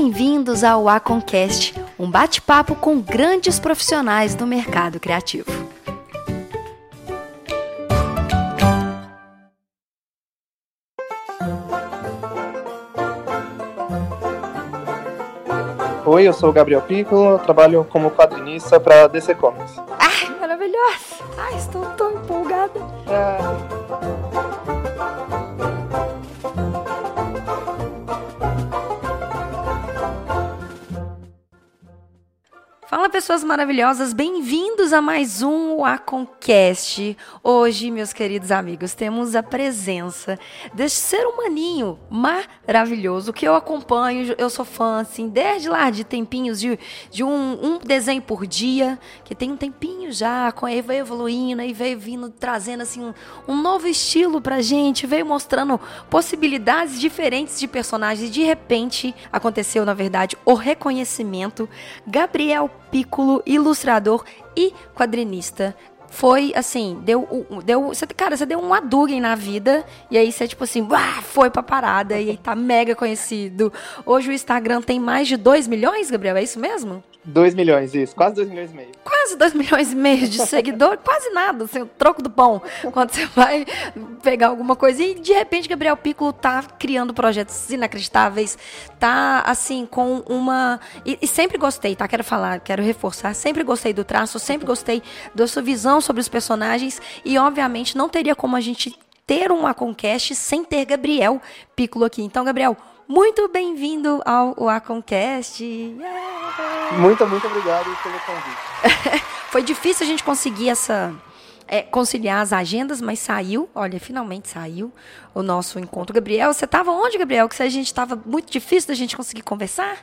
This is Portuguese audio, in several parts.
bem-vindos ao Aconcast, um bate-papo com grandes profissionais do mercado criativo. Oi, eu sou o Gabriel Piccolo, trabalho como quadrinista para DC Comics. Ai, maravilhosa! Ai, estou tão empolgada. Fala, pessoas maravilhosas, bem-vindos a mais um Aconcast. Hoje, meus queridos amigos, temos a presença deste ser humaninho maravilhoso que eu acompanho, eu sou fã, assim, desde lá de tempinhos de um desenho por dia, que tem um tempinho já, aí veio evoluindo, aí veio vindo, trazendo, assim, um novo estilo pra gente, veio mostrando possibilidades diferentes de personagens, e de repente aconteceu, na verdade, o reconhecimento. Gabriel Piccolo, ilustrador e quadrinista. Foi assim, você deu um Hadouken na vida, e aí você, tipo assim, foi pra parada, e aí tá mega conhecido. Hoje o Instagram tem mais de 2 milhões, Gabriel, é isso mesmo? 2 milhões, isso, quase 2 milhões e meio. Quase 2 milhões e meio de seguidores, quase nada, assim, o troco do pão, quando você vai pegar alguma coisa. E, de repente, Gabriel Piccolo tá criando projetos inacreditáveis, tá, assim, com uma... E sempre gostei, tá? Quero reforçar, sempre gostei do traço, sempre gostei da sua visão sobre os personagens, e, obviamente, não teria como a gente ter um Aconcast sem ter Gabriel Piccolo aqui. Então, Gabriel, muito bem-vindo ao Aconcast. Yeah! Muito obrigado pelo convite. Foi difícil a gente conseguir conciliar as agendas, mas saiu, olha, finalmente saiu o nosso encontro. Gabriel, você estava onde, Gabriel? Que a gente estava muito difícil da gente conseguir conversar?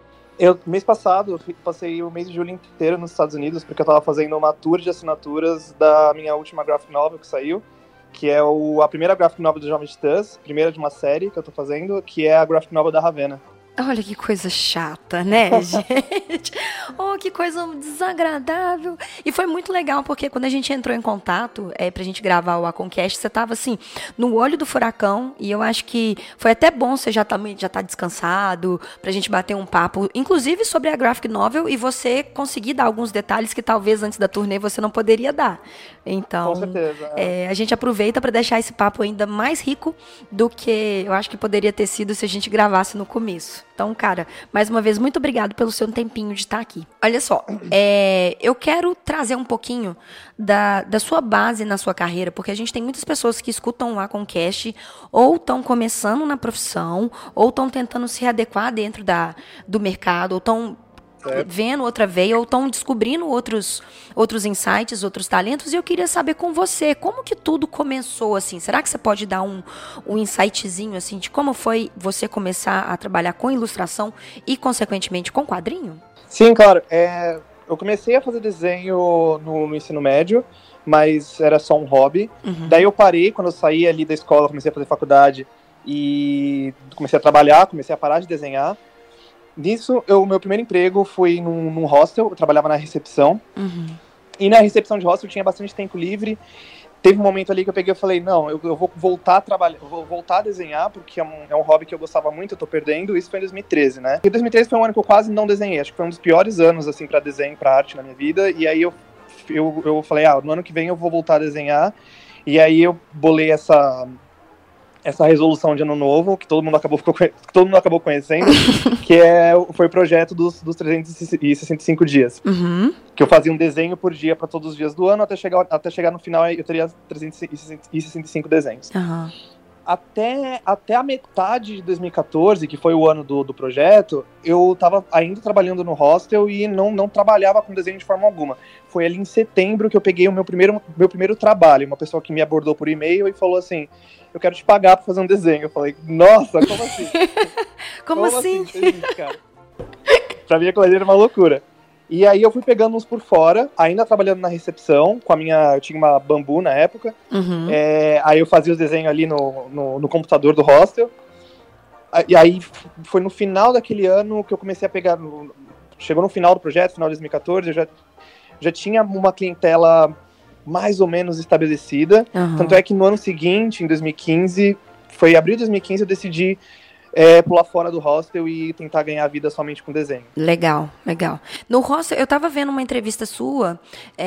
Mês passado, passei o mês de julho inteiro nos Estados Unidos, porque eu estava fazendo uma tour de assinaturas da minha última graphic novel que saiu, que é a primeira graphic novel do Jovem Titãs, primeira de uma série que eu tô fazendo, que é a graphic novel da Ravenna. Olha que coisa chata, né, gente? Oh, que coisa desagradável. E foi muito legal, porque quando a gente entrou em contato pra gente gravar o Aconcast, você tava, assim, no olho do furacão, e eu acho que foi até bom você já tá descansado, pra gente bater um papo, inclusive sobre a graphic novel, e você conseguir dar alguns detalhes que talvez antes da turnê você não poderia dar. Então, com certeza. A gente aproveita para deixar esse papo ainda mais rico do que eu acho que poderia ter sido se a gente gravasse no começo. Então, cara, mais uma vez, muito obrigado pelo seu tempinho de estar aqui. Olha só, eu quero trazer um pouquinho da sua base na sua carreira, porque a gente tem muitas pessoas que escutam o Aconcast ou estão começando na profissão, ou estão tentando se adequar dentro do mercado, ou estão vendo outra veia, ou estão descobrindo outros insights, outros talentos, e eu queria saber com você, como que tudo começou, assim? Será que você pode dar um insightzinho, assim, de como foi você começar a trabalhar com ilustração e, consequentemente, com quadrinho? Sim, claro. Eu comecei a fazer desenho no ensino médio, mas era só um hobby. Uhum. Daí eu parei, quando eu saí ali da escola, comecei a fazer faculdade, e comecei a trabalhar, comecei a parar de desenhar. Nisso, meu primeiro emprego foi num hostel, eu trabalhava na recepção. Uhum. E na recepção de hostel eu tinha bastante tempo livre. Teve um momento ali que eu peguei e falei, não, eu vou voltar a trabalhar, eu vou voltar a desenhar, porque é um hobby que eu gostava muito, eu tô perdendo. Isso foi em 2013, né? E 2013 foi um ano que eu quase não desenhei, acho que foi um dos piores anos, assim, pra desenho, pra arte na minha vida. E aí eu falei, no ano que vem eu vou voltar a desenhar. E aí eu bolei essa resolução de ano novo, que todo mundo acabou conhecendo, que foi o projeto dos 365 dias. Uhum. Que eu fazia um desenho por dia para todos os dias do ano, até chegar no final eu teria 365 desenhos. Uhum. Até a metade de 2014, que foi o ano do projeto, eu estava ainda trabalhando no hostel e não trabalhava com desenho de forma alguma. Foi ali em setembro que eu peguei o meu primeiro trabalho. Uma pessoa que me abordou por e-mail e falou assim, eu quero te pagar para fazer um desenho. Eu falei, nossa, como assim? Como assim? Isso, cara? Pra mim aquilo ali era uma loucura. E aí eu fui pegando uns por fora, ainda trabalhando na recepção, eu tinha uma Bambu na época, uhum. Aí eu fazia os desenhos ali no computador do hostel, e aí foi no final daquele ano que eu comecei a pegar, chegou no final do projeto, final de 2014, eu já tinha uma clientela mais ou menos estabelecida, uhum. Tanto é que no ano seguinte, em 2015, foi em abril de 2015, eu decidi pular fora do hostel e tentar ganhar a vida somente com desenho. Legal, legal. No hostel, eu tava vendo uma entrevista sua,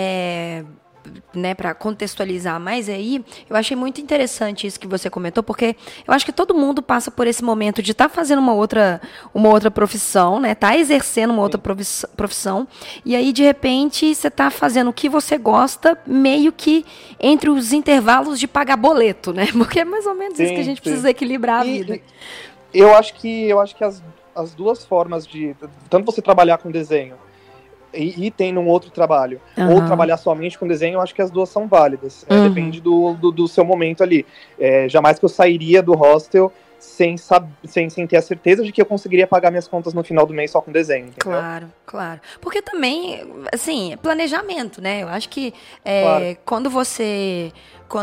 né, para contextualizar mais aí, eu achei muito interessante isso que você comentou, porque eu acho que todo mundo passa por esse momento de estar fazendo uma outra profissão, né, tá exercendo uma outra profissão, e aí de repente você tá fazendo o que você gosta, meio que entre os intervalos de pagar boleto, né, porque é mais ou menos isso que a gente precisa equilibrar a vida. Eu acho que as duas formas de, tanto você trabalhar com desenho e tem num outro trabalho, ou trabalhar somente com desenho, eu acho que as duas são válidas. Depende do seu momento ali. Jamais que eu sairia do hostel sem ter a certeza de que eu conseguiria pagar minhas contas no final do mês só com desenho, entendeu? Claro, claro. Porque também, assim, planejamento, né? Eu acho que Claro. quando você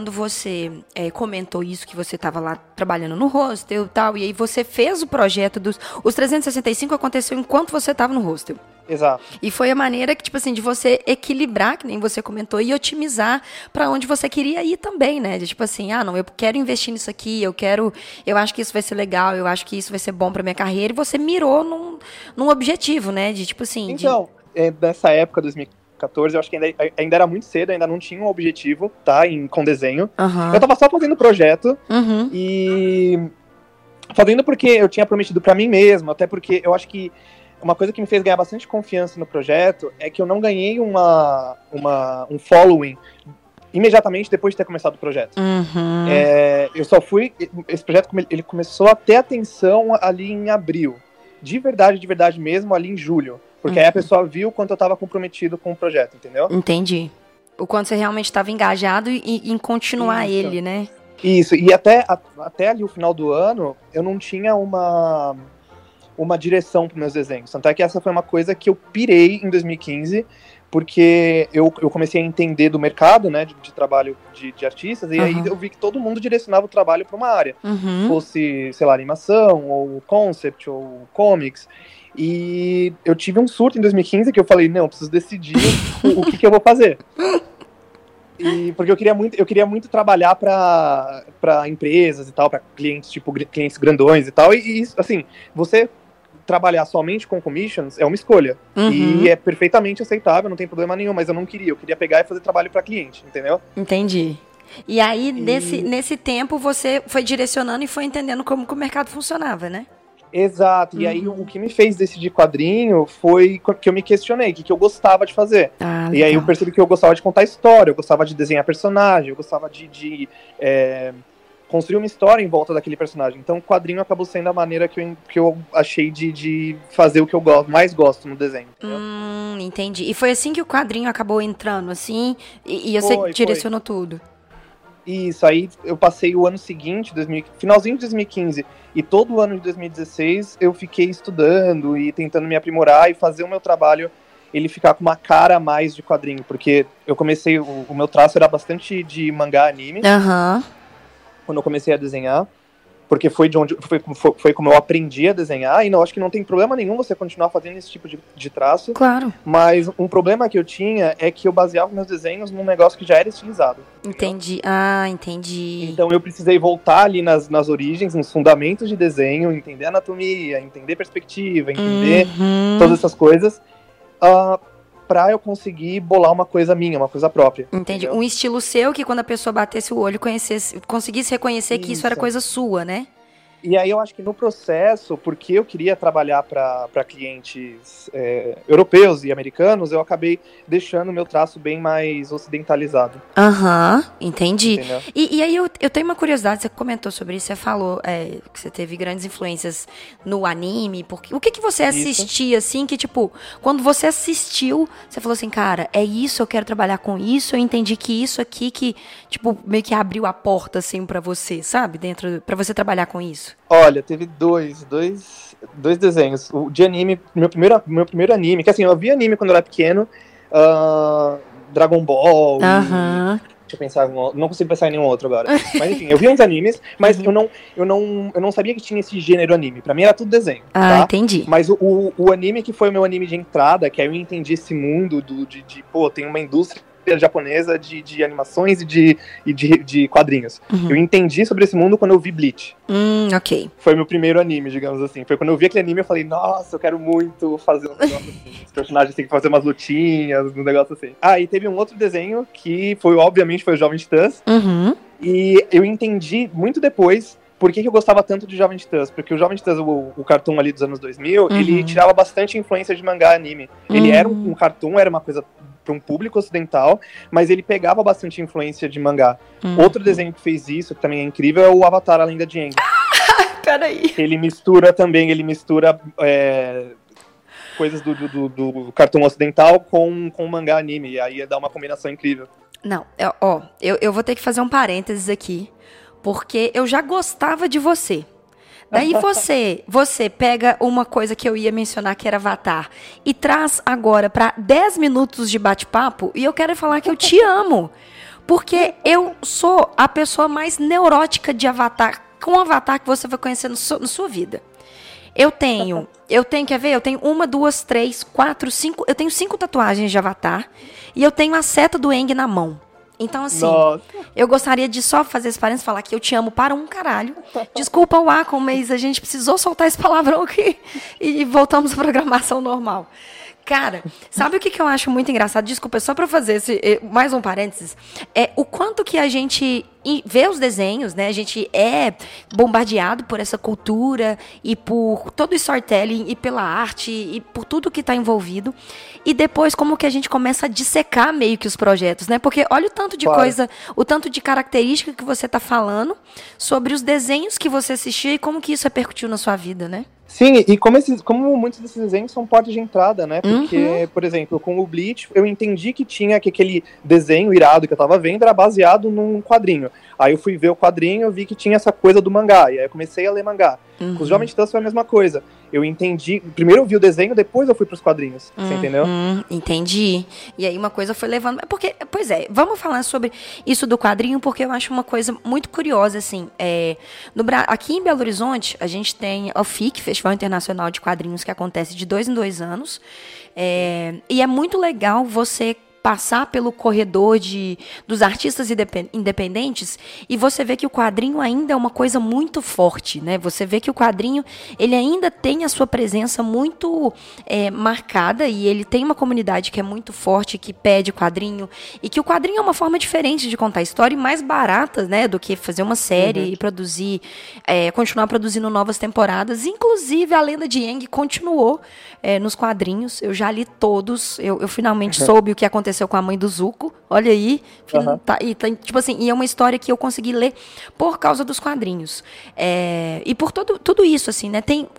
comentou isso, que você estava lá trabalhando no hostel e tal, e aí você fez o projeto os 365 aconteceu enquanto você estava no hostel. Exato. E foi a maneira que, tipo assim, de você equilibrar, que nem você comentou, e otimizar para onde você queria ir também, né? De tipo assim, não, eu quero investir nisso aqui, eu acho que isso vai ser legal, eu acho que isso vai ser bom para minha carreira, e você mirou num objetivo, né? De tipo assim. Então, nessa época, 2014, eu acho que ainda era muito cedo, ainda não tinha um objetivo, tá? Com desenho. Eu tava só fazendo projeto e fazendo porque eu tinha prometido pra mim mesmo, até porque eu acho que uma coisa que me fez ganhar bastante confiança no projeto é que eu não ganhei um following imediatamente depois de ter começado o projeto. Eu só fui... Esse projeto ele começou a ter atenção ali em abril. De verdade mesmo, ali em julho. Porque aí a pessoa viu o quanto eu estava comprometido com o projeto, entendeu? Entendi. O quanto você realmente estava engajado em continuar ele, né? Isso, e até ali o final do ano, eu não tinha uma direção para meus desenhos. Tanto é que essa foi uma coisa que eu pirei em 2015, porque eu comecei a entender do mercado, né, de trabalho de artistas, e aí eu vi que todo mundo direcionava o trabalho para uma área. Fosse, sei lá, animação, ou concept, ou comics. E eu tive um surto em 2015 que eu falei, não, eu preciso decidir o que eu vou fazer. Porque eu queria muito trabalhar para empresas e tal, para clientes, tipo, clientes grandões e tal, e assim, você trabalhar somente com commissions é uma escolha. E é perfeitamente aceitável, não tem problema nenhum, mas eu queria pegar e fazer trabalho para cliente, entendeu? Entendi. E aí, nesse tempo, você foi direcionando e foi entendendo como que o mercado funcionava, né? Exato, e aí o que me fez decidir quadrinho foi que eu me questionei, o que eu gostava de fazer. E aí eu percebi que eu gostava de contar história, eu gostava de desenhar personagem, eu gostava de construir uma história em volta daquele personagem. Então o quadrinho acabou sendo a maneira que eu achei de fazer o que eu mais gosto no desenho. Entendi. E foi assim que o quadrinho acabou entrando, assim, e você direcionou tudo. Isso, aí eu passei o ano seguinte, finalzinho de 2015, e todo o ano de 2016 eu fiquei estudando e tentando me aprimorar e fazer o meu trabalho ele ficar com uma cara a mais de quadrinho, porque eu comecei, o meu traço era bastante de mangá, anime, quando eu comecei a desenhar, porque foi como eu aprendi a desenhar, e não, acho que não tem problema nenhum você continuar fazendo esse tipo de traço. Claro. Mas um problema que eu tinha é que eu baseava meus desenhos num negócio que já era estilizado. Entendi. Entendi. Então eu precisei voltar ali nas origens, nos fundamentos de desenho, entender anatomia, entender perspectiva, entender todas essas coisas, pra eu conseguir bolar uma coisa minha, uma coisa própria. Entendi. Entendeu? Um estilo seu que quando a pessoa batesse o olho, conseguisse reconhecer que isso era coisa sua, né? E aí eu acho que no processo, porque eu queria trabalhar para clientes europeus e americanos, eu acabei deixando o meu traço bem mais ocidentalizado. Entendi. E aí eu tenho uma curiosidade, você comentou sobre isso, você falou que você teve grandes influências no anime, porque o que você assistia, assim, que tipo, quando você assistiu, você falou assim, cara, é isso, eu quero trabalhar com isso, eu entendi que isso aqui que, tipo, meio que abriu a porta, assim, pra você, sabe? Pra você trabalhar com isso. Olha, teve dois desenhos. O de anime, meu primeiro anime, que assim, eu vi anime quando eu era pequeno, Dragon Ball, deixa eu pensar, não consigo pensar em nenhum outro agora. Mas enfim, eu vi uns animes, mas eu não sabia que tinha esse gênero anime. Pra mim era tudo desenho. Tá? Entendi. Mas o anime que foi o meu anime de entrada, que aí eu entendi esse mundo pô, tem uma indústria japonesa de animações de quadrinhos. Eu entendi sobre esse mundo quando eu vi Bleach. Ok. Foi meu primeiro anime, digamos assim. Foi quando eu vi aquele anime, eu falei, nossa, eu quero muito fazer um negócio assim. Os personagens têm que fazer umas lutinhas, um negócio assim. E teve um outro desenho que obviamente, foi o Jovem Titãs. E eu entendi muito depois por que eu gostava tanto de Jovem Titãs. Porque o Jovem Titãs, o cartoon ali dos anos 2000, ele tirava bastante influência de mangá anime. Ele era um cartoon, era uma coisa para um público ocidental, mas ele pegava bastante influência de mangá. Outro desenho que fez isso, que também é incrível, é o Avatar, a Lenda de Aang. Peraí. Ele mistura coisas do cartoon ocidental com o mangá anime, e aí dá uma combinação incrível. Não, eu vou ter que fazer um parênteses aqui, porque eu já gostava de você. Daí você pega uma coisa que eu ia mencionar, que era Avatar, e traz agora para 10 minutos de bate-papo, e eu quero falar que eu te amo. Porque eu sou a pessoa mais neurótica de Avatar, com o Avatar que você vai conhecer na sua vida. Eu tenho, quer ver? Eu tenho 1, 2, 3, 4, 5, eu tenho 5 tatuagens de Avatar, e eu tenho a seta do Aang na mão. Então, assim, nossa, eu gostaria de só fazer esse parênteses e falar que eu te amo para um caralho. Desculpa o Acon, mas a gente precisou soltar esse palavrão aqui e voltamos à programação normal. Cara, sabe o que eu acho muito engraçado? Desculpa, só para fazer mais um parênteses. O quanto que a gente vê os desenhos, né? A gente é bombardeado por essa cultura e por todo o storytelling e pela arte e por tudo que está envolvido. E depois como que a gente começa a dissecar meio que os projetos, né? Porque olha o tanto de coisa, o tanto de característica que você está falando sobre os desenhos que você assistia e como que isso repercutiu na sua vida, né? Sim, e como muitos desses desenhos são portas de entrada, né? Porque, por exemplo, com o Bleach, eu entendi que aquele desenho irado que eu tava vendo era baseado num quadrinho. Aí eu fui ver o quadrinho e vi que tinha essa coisa do mangá, e aí eu comecei a ler mangá. Com os Jovens Titãs foi a mesma coisa. Eu entendi, primeiro eu vi o desenho, depois eu fui pros quadrinhos, você entendeu? Entendi. E aí uma coisa foi levando... Porque, pois é, vamos falar sobre isso do quadrinho, porque eu acho uma coisa muito curiosa, assim. Aqui em Belo Horizonte, a gente tem o FIC, Festival Internacional de Quadrinhos, que acontece de 2 em 2 anos. E é muito legal você passar pelo corredor dos artistas independentes e você vê que o quadrinho ainda é uma coisa muito forte, né? Você vê que o quadrinho, ele ainda tem a sua presença muito marcada e ele tem uma comunidade que é muito forte, que pede quadrinho e que o quadrinho é uma forma diferente de contar história e mais barata, né? Do que fazer uma série e produzir, continuar produzindo novas temporadas. Inclusive, a Lenda de Aang continuou nos quadrinhos. Eu já li todos. Eu finalmente soube o que aconteceu com a mãe do Zuko, olha aí, tipo assim, e é uma história que eu consegui ler por causa dos quadrinhos, e por tudo isso, assim, né, tem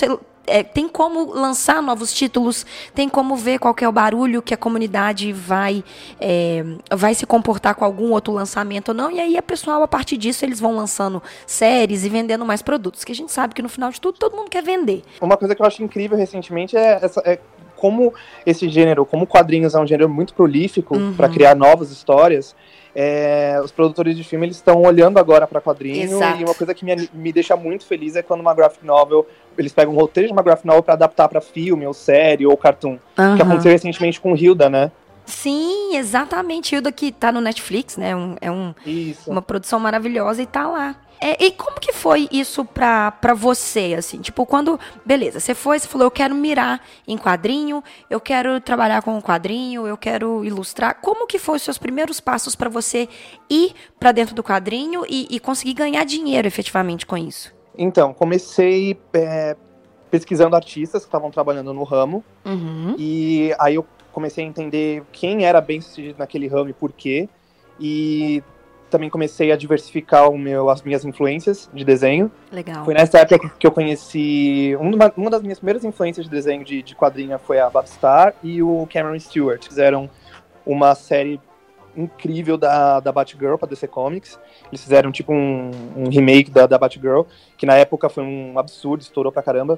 como lançar novos títulos, tem como ver qual que é o barulho que a comunidade vai se comportar com algum outro lançamento ou não, e aí a pessoal, a partir disso, eles vão lançando séries e vendendo mais produtos, que a gente sabe que no final de tudo, todo mundo quer vender. Uma coisa que eu acho incrível recentemente como esse gênero, como quadrinhos é um gênero muito prolífico para criar novas histórias, os produtores de filme eles estão olhando agora para quadrinho. Exato. E uma coisa que me deixa muito feliz é quando uma graphic novel, eles pegam um roteiro de uma graphic novel para adaptar para filme, ou série, ou cartoon, que aconteceu recentemente com Hilda, né? Sim, exatamente, Hilda que tá no Netflix, né? Uma produção maravilhosa e tá lá. E como que foi isso pra você, assim? Tipo, beleza, você falou, eu quero mirar em quadrinho, eu quero trabalhar com quadrinho, eu quero ilustrar. Como que foi os seus primeiros passos pra você ir pra dentro do quadrinho e conseguir ganhar dinheiro efetivamente com isso? Então, comecei pesquisando artistas que estavam trabalhando no ramo, e aí eu comecei a entender quem era bem sucedido naquele ramo e por quê, e também comecei a diversificar as minhas influências de desenho. Legal. Foi nessa época que eu conheci... Uma das minhas primeiras influências de desenho de quadrinha foi a Babstar e o Cameron Stewart. Fizeram uma série incrível da Batgirl para DC Comics. Eles fizeram tipo um remake da Batgirl, que na época foi um absurdo, estourou pra caramba.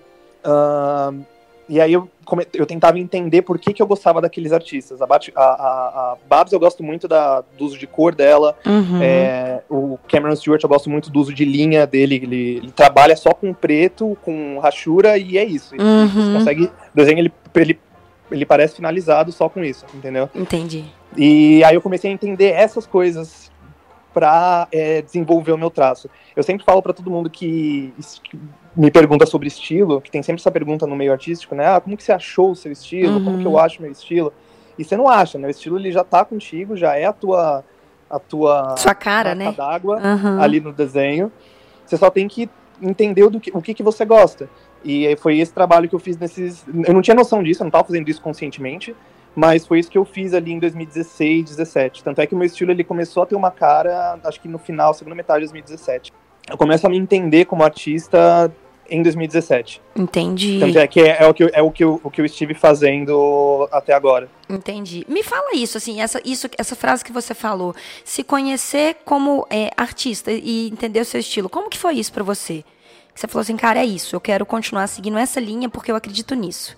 E aí eu tentava entender por que eu gostava daqueles artistas. A Babs eu gosto muito do uso de cor dela. O Cameron Stewart eu gosto muito do uso de linha dele. Ele trabalha só com preto, com rachura, e é isso. Você consegue... O desenho ele parece finalizado só com isso, entendeu? Entendi. E aí eu comecei a entender essas coisas para desenvolver o meu traço. Eu sempre falo para todo mundo que me pergunta sobre estilo, que tem sempre essa pergunta no meio artístico, né? Como que você achou o seu estilo? Como que eu acho o meu estilo? E você não acha, né? O estilo ele já tá contigo, já é a tua sua cara, marca né? d'água ali no desenho. Você só tem que entender o que você gosta. E foi esse trabalho que eu fiz nesses... Eu não tinha noção disso, eu não estava fazendo isso conscientemente, mas foi isso que eu fiz ali em 2016, 2017. Tanto é que o meu estilo ele começou a ter uma cara, acho que no final, segunda metade de 2017. Eu começo a me entender como artista em 2017. Entendi. Tanto é que é o que eu estive fazendo até agora. Entendi. Me fala isso, assim, essa frase que você falou, se conhecer como artista e entender o seu estilo, como que foi isso pra você? Você falou assim, cara, é isso, eu quero continuar seguindo essa linha porque eu acredito nisso.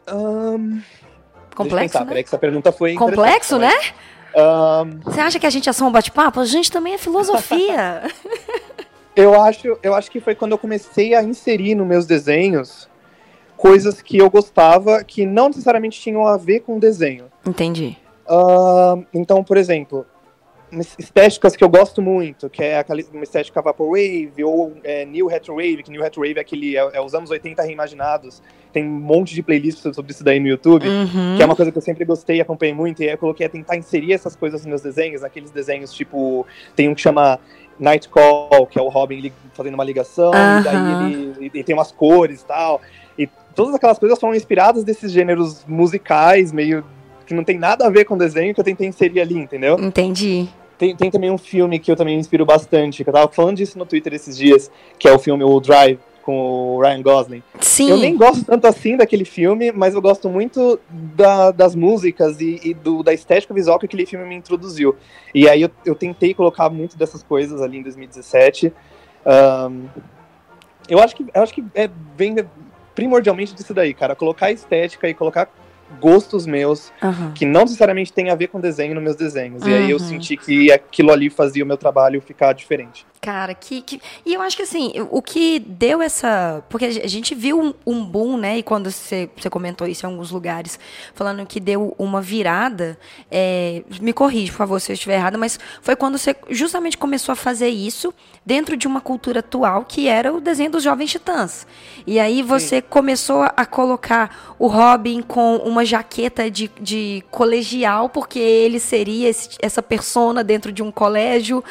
Complexo, né? Peraí que essa pergunta foi complexo, né? Você acha que a gente é só um bate-papo? A gente também é filosofia. Eu acho que foi quando eu comecei a inserir nos meus desenhos coisas que eu gostava que não necessariamente tinham a ver com desenho. Entendi. Então, por exemplo, estéticas que eu gosto muito, que é uma estética Vaporwave ou New Retrowave, que New Retrowave é os anos 80 reimaginados. Tem um monte de playlists sobre isso daí no YouTube, que é uma coisa que eu sempre gostei e acompanhei muito, e aí eu coloquei a tentar inserir essas coisas nos meus desenhos, aqueles desenhos tipo, tem um que chama Night Call, que é o Robin fazendo uma ligação, e daí ele tem umas cores e tal, e todas aquelas coisas foram inspiradas desses gêneros musicais, meio que não tem nada a ver com desenho, que eu tentei inserir ali, entendeu? Entendi. Tem também um filme que eu também me inspiro bastante, que eu tava falando disso no Twitter esses dias, que é o filme O Drive, com o Ryan Gosling. Sim. Eu nem gosto tanto assim daquele filme, mas eu gosto muito das músicas e da estética visual que aquele filme me introduziu. E aí eu tentei colocar muito dessas coisas ali em 2017. Eu acho que vem primordialmente disso daí, cara. Colocar estética e colocar gostos meus, que não necessariamente tem a ver com desenho nos meus desenhos. E aí eu senti que aquilo ali fazia o meu trabalho ficar diferente. Cara, e eu acho que assim, o que deu essa... Porque a gente viu um boom, né? E quando você comentou isso em alguns lugares, falando que deu uma virada, me corrige, por favor, se eu estiver errada, mas foi quando você justamente começou a fazer isso dentro de uma cultura atual, que era o desenho dos Jovens Titãs. E aí você começou a colocar o Robin com uma jaqueta de colegial, porque ele seria essa persona dentro de um colégio.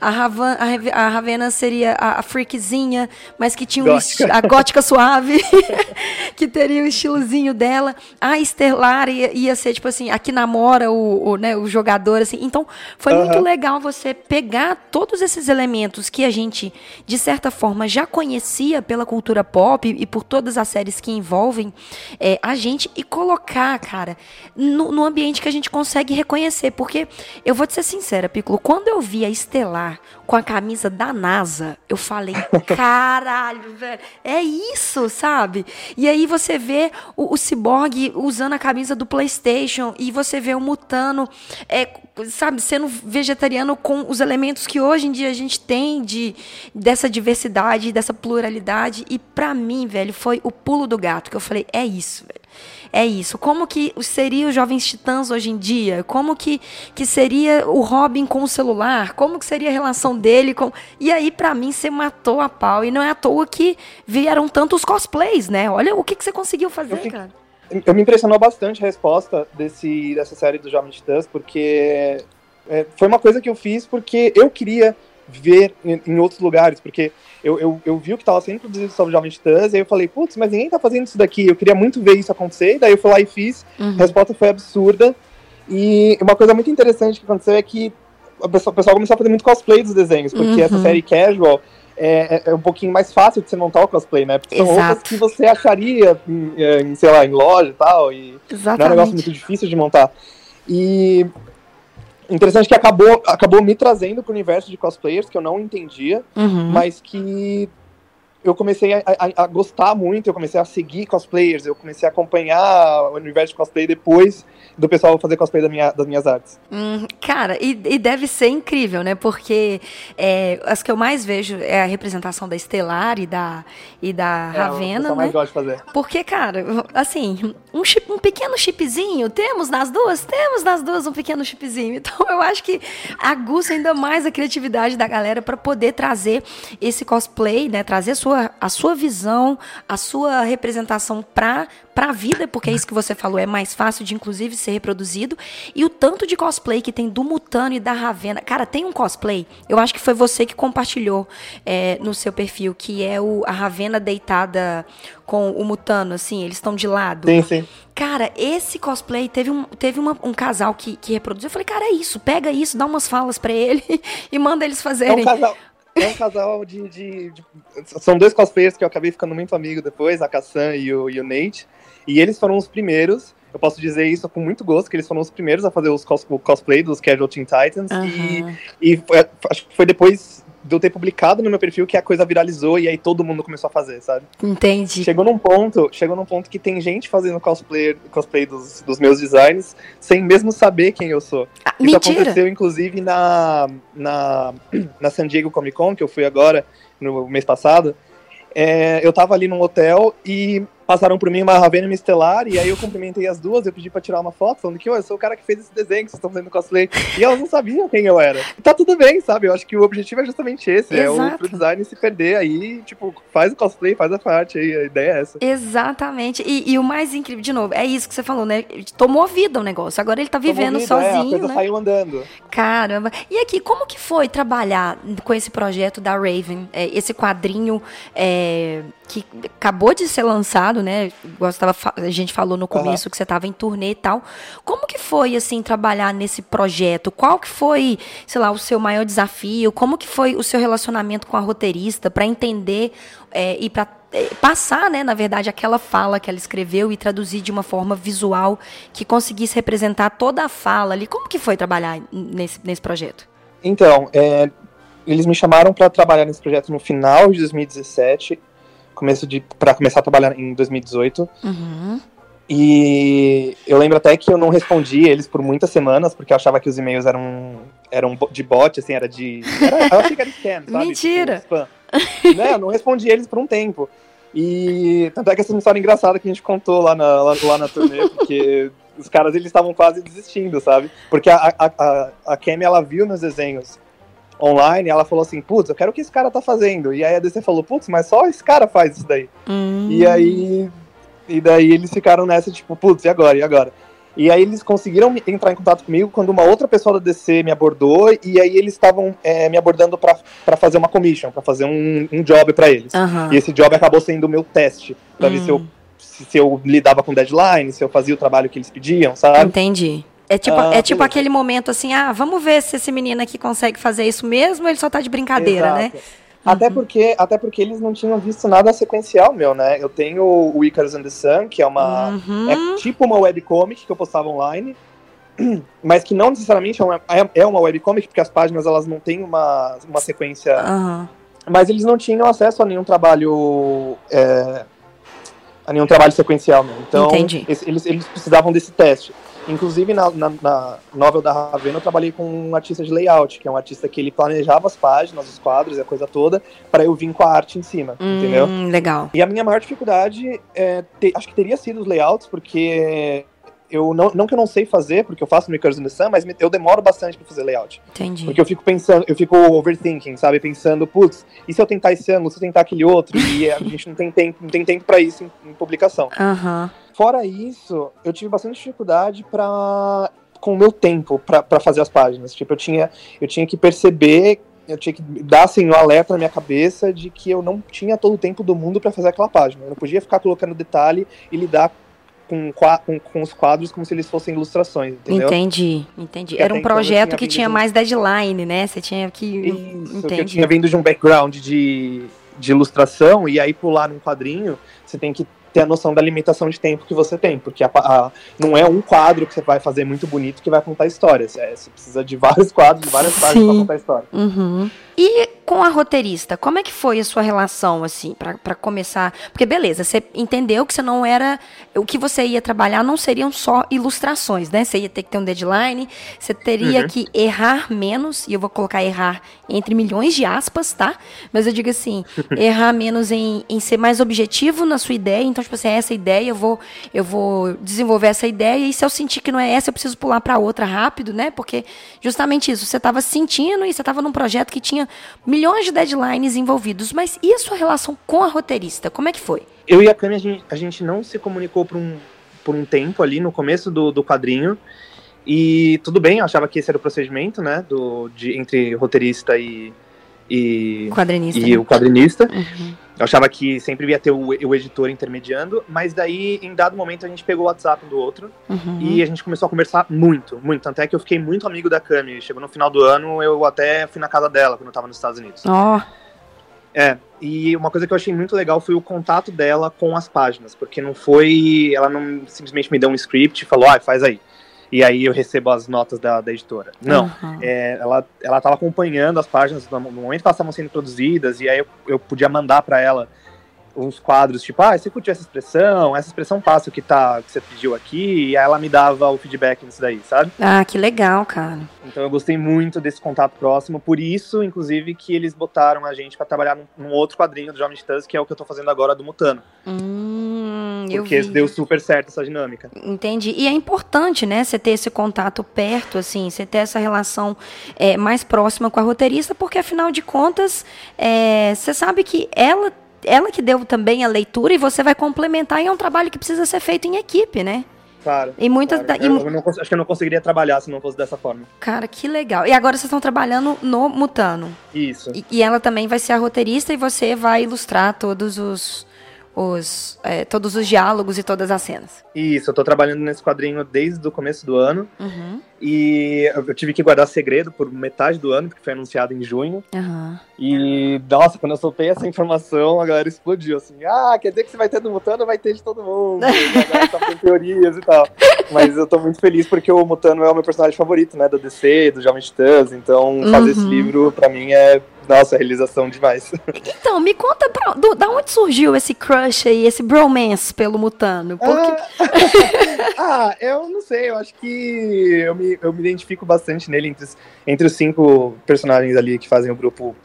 A Ravena seria a freakzinha, mas que tinha a gótica suave, que teria o estilozinho dela. A Estelar ia ser, tipo assim, a que namora o jogador, assim. Então, foi muito legal você pegar todos esses elementos que a gente, de certa forma, já conhecia pela cultura pop e por todas as séries que envolvem a gente e colocar, cara, no ambiente que a gente consegue reconhecer. Porque, eu vou te ser sincera, Piccolo, quando eu vi a Estelar com a camisa da NASA, eu falei, caralho, velho, é isso, sabe? E aí você vê o Cyborg usando a camisa do PlayStation e você vê o Mutano, sabe, sendo vegetariano com os elementos que hoje em dia a gente tem dessa diversidade, dessa pluralidade. E pra mim, velho, foi o pulo do gato, que eu falei, é isso, velho. É isso. Como que seria os Jovens Titãs hoje em dia? Como que seria o Robin com o celular? Como que seria a relação dele com... E aí, pra mim, você matou a pau. E não é à toa que vieram tantos cosplays, né? Olha o que você conseguiu fazer, cara. Me impressionou bastante a resposta dessa série dos Jovens Titãs, porque foi uma coisa que eu fiz porque eu queria ver em outros lugares, porque eu vi o que estava sendo produzido sobre Jovens Titãs, e aí eu falei, putz, mas ninguém tá fazendo isso daqui, eu queria muito ver isso acontecer, e daí eu fui lá e fiz, a resposta foi absurda, e uma coisa muito interessante que aconteceu é que o pessoal começou a fazer muito cosplay dos desenhos, porque essa série casual é um pouquinho mais fácil de você montar o cosplay, né, porque são roupas que você acharia sei lá, em loja e tal, e não é um negócio muito difícil de montar. E interessante que acabou me trazendo pro universo de cosplayers que eu não entendia, mas que eu comecei a gostar muito, eu comecei a seguir cosplayers, eu comecei a acompanhar o universo de cosplay depois do pessoal fazer cosplay das minhas artes. Cara, e deve ser incrível, né? Porque as que eu mais vejo é a representação da Estelar e da Ravena, né? Mais gosto de fazer. Porque, cara, assim, um pequeno chipzinho, temos nas duas um pequeno chipzinho. Então, eu acho que aguça ainda mais a criatividade da galera para poder trazer esse cosplay, né? Trazer a sua visão, a sua representação para a vida, porque é isso que você falou, é mais fácil de, inclusive, ser reproduzido. E o tanto de cosplay que tem do Mutano e da Ravena. Cara, tem um cosplay, eu acho que foi você que compartilhou no seu perfil, que é a Ravena deitada com o Mutano, assim, eles estão de lado. Sim, sim. Cara, esse cosplay, teve um casal que reproduziu. Eu falei, cara, é isso, pega isso, dá umas falas pra ele e manda eles fazerem. É um casal são dois cosplayers que eu acabei ficando muito amigo depois, a Kassan e o Nate. E eles foram os primeiros, eu posso dizer isso com muito gosto, que eles foram os primeiros a fazer o cosplay dos Casual Teen Titans. E acho que foi depois de eu ter publicado no meu perfil que a coisa viralizou e aí todo mundo começou a fazer, sabe? Entendi. Chegou num ponto que tem gente fazendo cosplay dos meus designs sem mesmo saber quem eu sou. Isso mentira. Aconteceu, inclusive, na San Diego Comic Con, que eu fui agora, no mês passado. Eu tava ali num hotel e passaram por mim uma Ravena e uma Estelar, e aí eu cumprimentei as duas, eu pedi pra tirar uma foto, falando que eu sou o cara que fez esse desenho, que vocês estão fazendo cosplay, e elas não sabiam quem eu era. E tá tudo bem, sabe? Eu acho que o objetivo é justamente esse, exato. Pro design se perder aí, tipo, faz o cosplay, faz a parte aí, a ideia é essa. Exatamente, e o mais incrível, de novo, é isso que você falou, né? Tomou vida o negócio, agora ele tá vivendo sozinho, a coisa né? saiu andando. Caramba. E aqui, como que foi trabalhar com esse projeto da Raven? Esse quadrinho que acabou de ser lançado, né? A gente falou no começo que você estava em turnê e tal. Como que foi, assim, trabalhar nesse projeto? Qual que foi, sei lá, o seu maior desafio? Como que foi o seu relacionamento com a roteirista para entender e para passar, né, na verdade, aquela fala que ela escreveu e traduzir de uma forma visual que conseguisse representar toda a fala ali? Como que foi trabalhar nesse projeto? Então, eles me chamaram para trabalhar nesse projeto no final de 2017, para começar a trabalhar em 2018. E eu lembro até que eu não respondi eles por muitas semanas, porque eu achava que os e-mails eram de bot, assim, eu achei que era scam, sabe? Mentira! Tipo, spam. Né? Eu não respondi eles por um tempo. E tanto é que essa é uma história engraçada que a gente contou lá na turnê, porque os caras, eles estavam quase desistindo, sabe? Porque a Kemi, ela viu nos desenhos online, ela falou assim, putz, eu quero o que esse cara tá fazendo. E aí a DC falou, putz, mas só esse cara faz isso daí. E daí eles ficaram nessa, tipo, putz, e agora? E aí eles conseguiram entrar em contato comigo quando uma outra pessoa da DC me abordou, e aí eles estavam me abordando pra fazer uma commission, pra fazer um job pra eles. E esse job acabou sendo o meu teste, pra ver se eu lidava com deadline, se eu fazia o trabalho que eles pediam, sabe? Entendi. Tipo aquele momento assim, vamos ver se esse menino aqui consegue fazer isso mesmo, ou ele só tá de brincadeira, exato, né? Até porque eles não tinham visto nada sequencial meu, né? Eu tenho o Icarus and the Sun, que é é tipo uma webcomic que eu postava online, mas que não necessariamente é uma webcomic, porque as páginas elas não têm uma sequência. Mas eles não tinham acesso a nenhum trabalho sequencial, meu. Então eles precisavam desse teste. Inclusive, na novel da Ravena, eu trabalhei com um artista de layout, que é um artista que ele planejava as páginas, os quadros e a coisa toda, para eu vir com a arte em cima, entendeu? Legal. E a minha maior dificuldade, acho que teria sido os layouts, porque não que eu não sei fazer, porque eu faço no Icarus and the Sun, mas eu demoro bastante pra fazer layout. Entendi. Porque eu fico overthinking, sabe? Pensando, putz, e se eu tentar esse ângulo, se eu tentar aquele outro? E a gente não tem tempo pra isso em publicação. Fora isso, eu tive bastante dificuldade com o meu tempo pra fazer as páginas. Tipo, eu tinha que perceber, eu tinha que dar assim, um alerta na minha cabeça de que eu não tinha todo o tempo do mundo pra fazer aquela página. Eu não podia ficar colocando detalhe e lidar com os quadros como se eles fossem ilustrações, entendeu? Entendi. Era um projeto que tinha mais deadline, né? Você tinha que... Isso, que eu tinha vindo de um background de ilustração, e aí pular num quadrinho, você tem que ter a noção da limitação de tempo que você tem, porque não é um quadro que você vai fazer muito bonito que vai contar histórias. Você precisa de vários quadros, de várias páginas pra contar história. E com a roteirista, como é que foi a sua relação, assim, para começar? Porque, beleza, você entendeu que você não era... O que você ia trabalhar não seriam só ilustrações, né? Você ia ter que ter um deadline, você teria que errar menos, e eu vou colocar errar entre milhões de aspas, tá? Mas eu digo assim, errar menos em ser mais objetivo na sua ideia. Então, tipo assim, essa ideia, eu vou desenvolver essa ideia, e se eu sentir que não é essa, eu preciso pular para outra rápido, né? Porque justamente isso, você estava sentindo e você estava num projeto que tinha milhões de deadlines envolvidos. Mas e a sua relação com a roteirista? Como é que foi? Eu e a Cami, a gente não se comunicou por um tempo ali no começo do quadrinho. E tudo bem, eu achava que esse era o procedimento, né? Entre roteirista e quadrinista, e né? o quadrinista. Eu achava que sempre ia ter o editor intermediando, mas daí, em dado momento, a gente pegou o WhatsApp um do outro e a gente começou a conversar muito, muito. Tanto é que eu fiquei muito amigo da Cami. Chegou no final do ano, eu até fui na casa dela quando eu tava nos Estados Unidos. E uma coisa que eu achei muito legal foi o contato dela com as páginas, porque ela não simplesmente me deu um script e falou, faz aí. E aí eu recebo as notas da editora. Não, ela estava acompanhando as páginas no momento que elas estavam sendo produzidas, e aí eu podia mandar para ela uns quadros, tipo, você curtiu essa expressão passa o que você pediu aqui, e aí ela me dava o feedback nisso daí, sabe? Que legal, cara. Então eu gostei muito desse contato próximo, por isso, inclusive, que eles botaram a gente pra trabalhar num outro quadrinho do Jovem Titãs, que é o que eu tô fazendo agora do Mutano. Porque deu super certo essa dinâmica. Entendi. E é importante, né, você ter esse contato perto, assim, você ter essa relação mais próxima com a roteirista, porque, afinal de contas, você sabe que ela que deu também a leitura e você vai complementar, e é um trabalho que precisa ser feito em equipe, né? Claro. E muitas acho que eu não conseguiria trabalhar se não fosse dessa forma. Cara, que legal. E agora vocês estão trabalhando no Mutano. Isso. E ela também vai ser a roteirista e você vai ilustrar todos os diálogos e todas as cenas. Isso, eu tô trabalhando nesse quadrinho desde o começo do ano. E eu tive que guardar segredo por metade do ano, porque foi anunciado em junho. E, nossa, quando eu soltei essa informação, a galera explodiu, assim, quer dizer que você vai ter do Mutano, vai ter de todo mundo. A galera tá com teorias e tal. Mas eu tô muito feliz porque o Mutano é o meu personagem favorito, né, da DC, do Jovem Titãs. Então, fazer esse livro, pra mim, nossa, realização demais. Então, me conta da onde surgiu esse crush aí, esse bromance pelo Mutano? Porque... eu não sei, eu acho que eu me identifico bastante nele entre os 5 personagens ali que fazem o grupo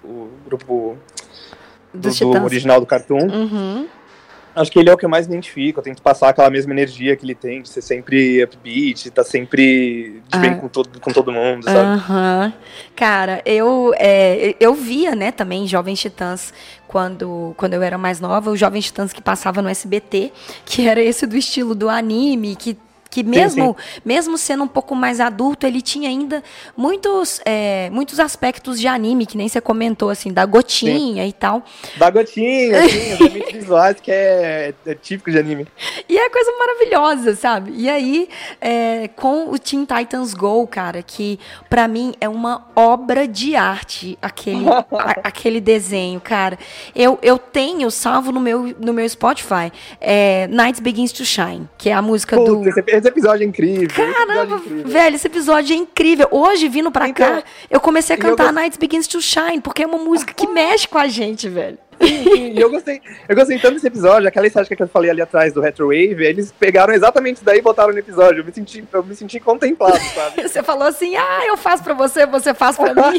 do original do Cartoon. Acho que ele é o que eu mais me identifico. Eu tento passar aquela mesma energia que ele tem, de ser sempre upbeat, tá sempre de bem com todo mundo, sabe? Cara, eu via, né, também Jovens Titãs quando eu era mais nova, os Jovens Titãs que passava no SBT, que era esse do estilo do anime, que mesmo sendo um pouco mais adulto, ele tinha ainda muitos aspectos de anime, que nem você comentou, assim, da gotinha e tal. Da gotinha, sim, os elementos visuais que é típico de anime. E é coisa maravilhosa, sabe? E aí, com o Teen Titans Go, cara, que pra mim é uma obra de arte, aquele desenho, cara. Eu tenho salvo no meu Spotify, Night Begins to Shine, que é a música do... Esse episódio é incrível. Caramba, velho, esse episódio é incrível. Hoje, vindo pra cá, eu comecei a cantar Night Begins to Shine, porque é uma música que mexe com a gente, velho. Sim, e eu gostei tanto desse episódio, aquela estética que eu falei ali atrás do Retrowave, eles pegaram exatamente isso daí e botaram no episódio. Eu me senti contemplado, sabe? Você falou assim, eu faço pra você, você faz pra mim.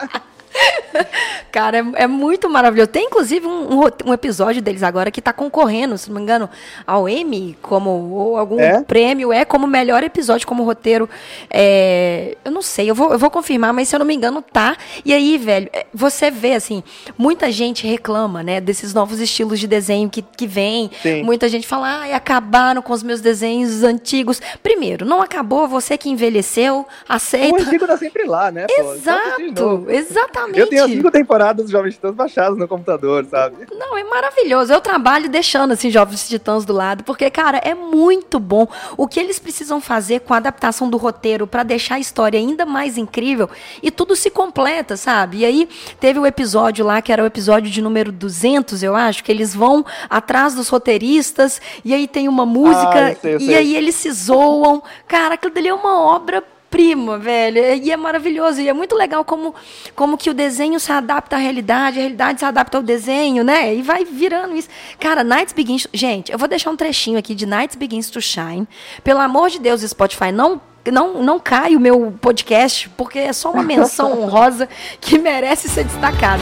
Cara, é muito maravilhoso. Tem, inclusive, um episódio deles agora que tá concorrendo, se não me engano, ao Emmy, ou algum prêmio, como melhor episódio, como roteiro. Eu não sei, eu vou confirmar, mas se eu não me engano, tá. E aí, velho, você vê, assim, muita gente reclama, né, desses novos estilos de desenho que vem. Sim. Muita gente fala, acabaram com os meus desenhos antigos. Primeiro, não acabou, você que envelheceu, aceita. O antigo tá sempre lá, né? Exato, exatamente. Eu tenho as 5 temporadas dos Jovens Titãs baixadas no computador, sabe? Não, é maravilhoso. Eu trabalho deixando, assim, Jovens Titãs do lado, porque, cara, é muito bom. O que eles precisam fazer com a adaptação do roteiro pra deixar a história ainda mais incrível, e tudo se completa, sabe? E aí, teve o episódio lá, que era o episódio de número 200, eu acho, que eles vão atrás dos roteiristas, e aí tem uma música, eu sei. Aí eles se zoam. Cara, aquilo dali é uma obra prima, velho. E é maravilhoso. E é muito legal como que o desenho se adapta à realidade, a realidade se adapta ao desenho, né? E vai virando isso. Cara, Nights Begins... Gente, eu vou deixar um trechinho aqui de Nights Begins to Shine. Pelo amor de Deus, Spotify, não cai o meu podcast, porque é só uma menção honrosa que merece ser destacada.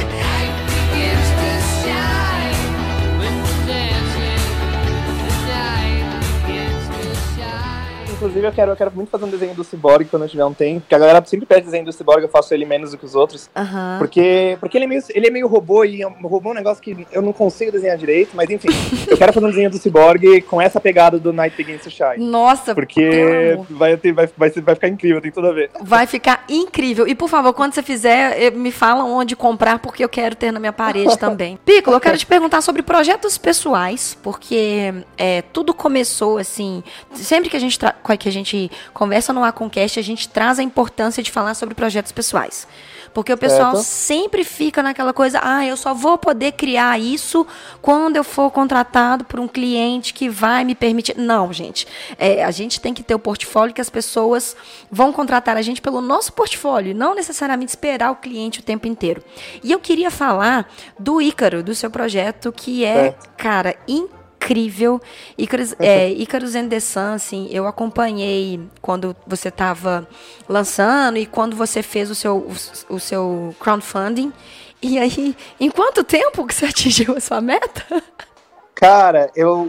Inclusive, eu quero muito fazer um desenho do Cyborg quando eu tiver um tempo, porque a galera sempre pede desenho do Cyborg, eu faço ele menos do que os outros. Porque ele é meio robô, e robô é um negócio que eu não consigo desenhar direito, mas enfim, eu quero fazer um desenho do Cyborg com essa pegada do Night Begins to Shine. Nossa, porque vai ficar incrível, tem tudo a ver. Vai ficar incrível. E por favor, quando você fizer, me fala onde comprar, porque eu quero ter na minha parede também. Piccolo, eu quero te perguntar sobre projetos pessoais, porque tudo começou assim, sempre que a gente conversa no Aconcast, a gente traz a importância de falar sobre projetos pessoais. Porque o pessoal sempre fica naquela coisa, eu só vou poder criar isso quando eu for contratado por um cliente que vai me permitir. Não, gente. A gente tem que ter o portfólio que as pessoas vão contratar a gente pelo nosso portfólio, não necessariamente esperar o cliente o tempo inteiro. E eu queria falar do Ícaro, do seu projeto, que cara, incrível. Icarus and the Sun, assim, eu acompanhei quando você estava lançando e quando você fez o seu crowdfunding. E aí, em quanto tempo que você atingiu a sua meta? Cara,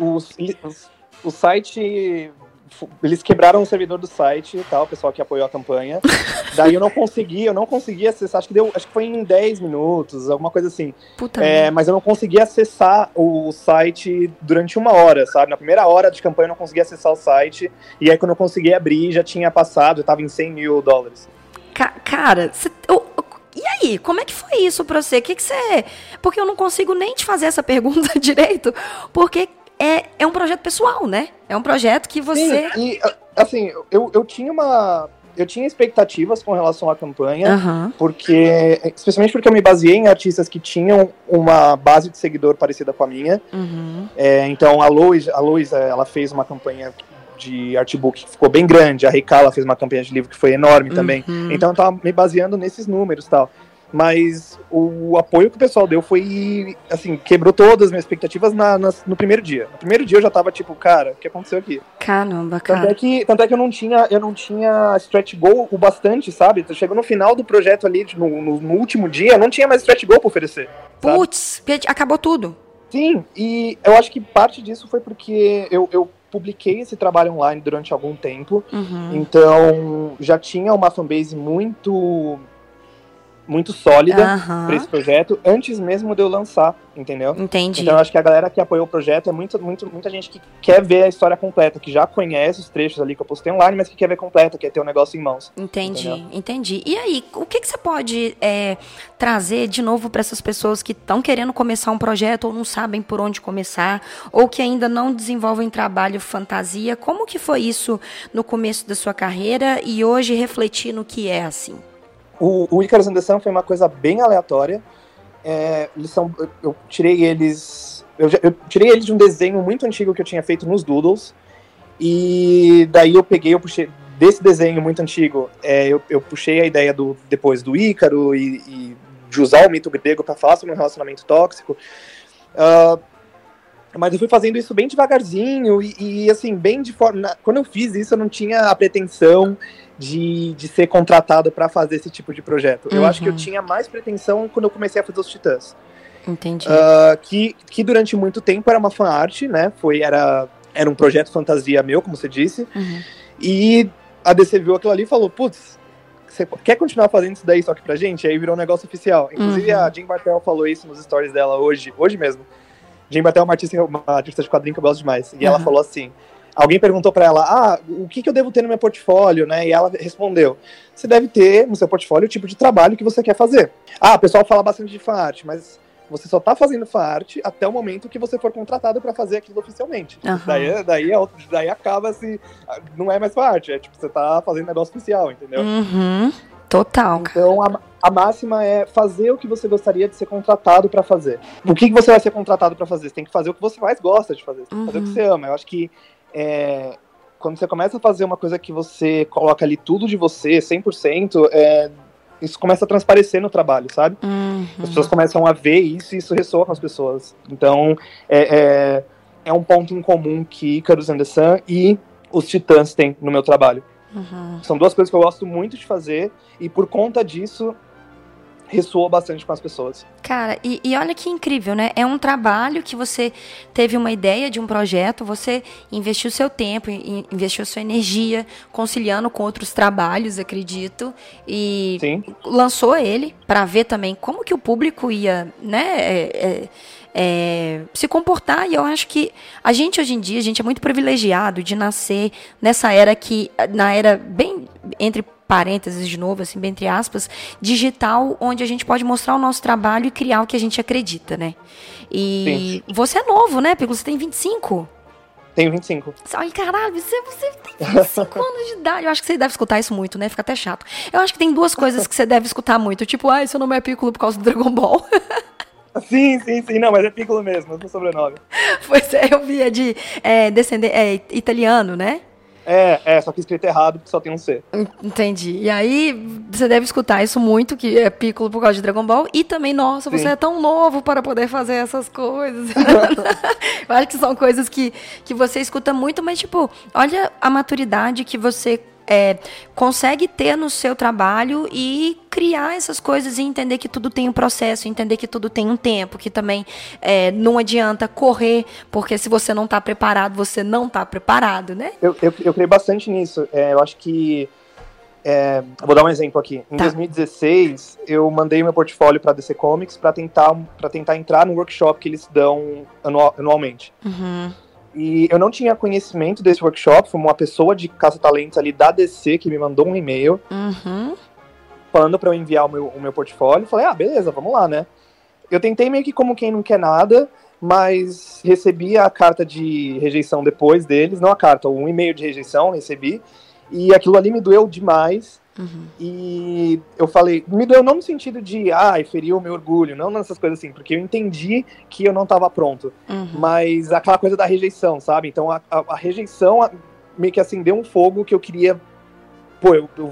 o site... Eles quebraram o servidor do site, tá? O pessoal que apoiou a campanha. Daí eu não consegui acessar, acho que foi em 10 minutos, alguma coisa assim. Mas eu não consegui acessar o site durante 1 hora, sabe? Na primeira hora de campanha eu não consegui acessar o site, e aí quando eu consegui abrir, já tinha passado, eu tava em $100 mil. Cara, e aí, como é que foi isso pra você? Que você... Porque eu não consigo nem te fazer essa pergunta direito, porque... É um projeto pessoal, né? É um projeto que você... Sim, e assim, eu tinha expectativas com relação à campanha, especialmente porque eu me baseei em artistas que tinham uma base de seguidor parecida com a minha. Então, a Lois, ela fez uma campanha de artbook que ficou bem grande, a Reikala fez uma campanha de livro que foi enorme também. Então, eu tava me baseando nesses números e tal. Mas o apoio que o pessoal deu foi, assim, quebrou todas as minhas expectativas no primeiro dia. No primeiro dia eu já tava tipo, cara, o que aconteceu aqui? Caramba, cara. Tanto é que eu não tinha stretch goal o bastante, sabe? Chegou no final do projeto ali, no último dia, eu não tinha mais stretch goal pra oferecer. Putz, acabou tudo. Sim, e eu acho que parte disso foi porque eu publiquei esse trabalho online durante algum tempo, então já tinha uma fanbase muito sólida para esse projeto, antes mesmo de eu lançar, entendeu? Entendi. Então eu acho que a galera que apoiou o projeto é muita gente que quer ver a história completa, que já conhece os trechos ali que eu postei online, mas que quer ver completa, quer ter o negócio em mãos. Entendi. E aí, o que você pode trazer de novo para essas pessoas que estão querendo começar um projeto ou não sabem por onde começar, ou que ainda não desenvolvem trabalho fantasia? Como que foi isso no começo da sua carreira e hoje refletir no que é assim? O Icarus and the Sun foi uma coisa bem aleatória. Eu tirei eles de um desenho muito antigo que eu tinha feito nos Doodles. E daí eu puxei desse desenho muito antigo. Eu puxei a ideia depois do Ícaro e de usar o mito grego para falar sobre um relacionamento tóxico. Mas eu fui fazendo isso bem devagarzinho e assim, bem de forma... Quando eu fiz isso, eu não tinha a pretensão de ser contratado para fazer esse tipo de projeto. Eu acho que eu tinha mais pretensão quando eu comecei a fazer os Titãs. Entendi. Que durante muito tempo era uma fanart, né? Era um projeto fantasia meu, como você disse. E a DC viu aquilo ali e falou, putz, você quer continuar fazendo isso daí só que pra gente? Aí virou um negócio oficial. Inclusive a Jean Bartel falou isso nos stories dela hoje mesmo. Jean Bartel é uma artista de quadrinho que eu gosto demais. E ela falou assim... Alguém perguntou pra ela, o que eu devo ter no meu portfólio, né? E ela respondeu, você deve ter no seu portfólio o tipo de trabalho que você quer fazer. O pessoal fala bastante de fanart, mas você só tá fazendo fanart até o momento que você for contratado pra fazer aquilo oficialmente. Daí acaba assim, não é mais fanart, você tá fazendo negócio oficial, entendeu? Total. Então a máxima é fazer o que você gostaria de ser contratado pra fazer. O que você vai ser contratado pra fazer? Você tem que fazer o que você mais gosta de fazer, você tem que fazer o que você ama. Eu acho que quando você começa a fazer uma coisa que você coloca ali tudo de você, 100%, isso começa a transparecer no trabalho, sabe? As pessoas começam a ver isso e isso ressoa com as pessoas. Então, é um ponto em comum que Icarus and the Sun e os Titãs têm no meu trabalho. São duas coisas que eu gosto muito de fazer e por conta disso ressoou bastante com as pessoas. Cara, e olha que incrível, né? É um trabalho que você teve uma ideia de um projeto, você investiu seu tempo, investiu sua energia, conciliando com outros trabalhos, acredito, e Sim. lançou ele para ver também como que o público ia, né, se comportar. E eu acho que a gente hoje em dia, a gente é muito privilegiado de nascer nessa era na era bem, entre parênteses de novo, assim, bem entre aspas, digital, onde a gente pode mostrar o nosso trabalho e criar o que a gente acredita, né? E sim, você é novo, né, Piccolo? Você tem 25? Tenho 25. Ai, caralho, você tem 25 anos de idade. Eu acho que você deve escutar isso muito, né? Fica até chato. Eu acho que tem duas coisas que você deve escutar muito. Tipo, seu nome é Piccolo por causa do Dragon Ball. Sim, não, mas é Piccolo mesmo, é o meu sobrenome. Pois é, eu vi, italiano, né? Só que escrito errado, porque só tem um C. Entendi. E aí, você deve escutar isso muito, que é Piccolo por causa de Dragon Ball. E também, nossa, você é tão novo para poder fazer essas coisas. Eu acho que são coisas que você escuta muito, mas, tipo, olha a maturidade que você consegue ter no seu trabalho e criar essas coisas e entender que tudo tem um processo, entender que tudo tem um tempo, que também não adianta correr, porque se você não está preparado, você não está preparado, né? Eu creio bastante nisso. Eu acho que vou dar um exemplo aqui. Em 2016, eu mandei meu portfólio para a DC Comics para tentar entrar no workshop que eles dão anualmente. E eu não tinha conhecimento desse workshop, foi uma pessoa de caça-talentos ali da DC que me mandou um e-mail falando para eu enviar o meu portfólio. Falei, beleza, vamos lá, né? Eu tentei meio que como quem não quer nada, mas recebi a carta de rejeição depois deles, não a carta, um e-mail de rejeição, recebi, e aquilo ali me doeu demais. E eu falei, me doeu não no sentido de feriu o meu orgulho, não nessas coisas assim, porque eu entendi que eu não estava pronto, mas aquela coisa da rejeição, sabe? Então a rejeição meio que acendeu um fogo que eu queria, eu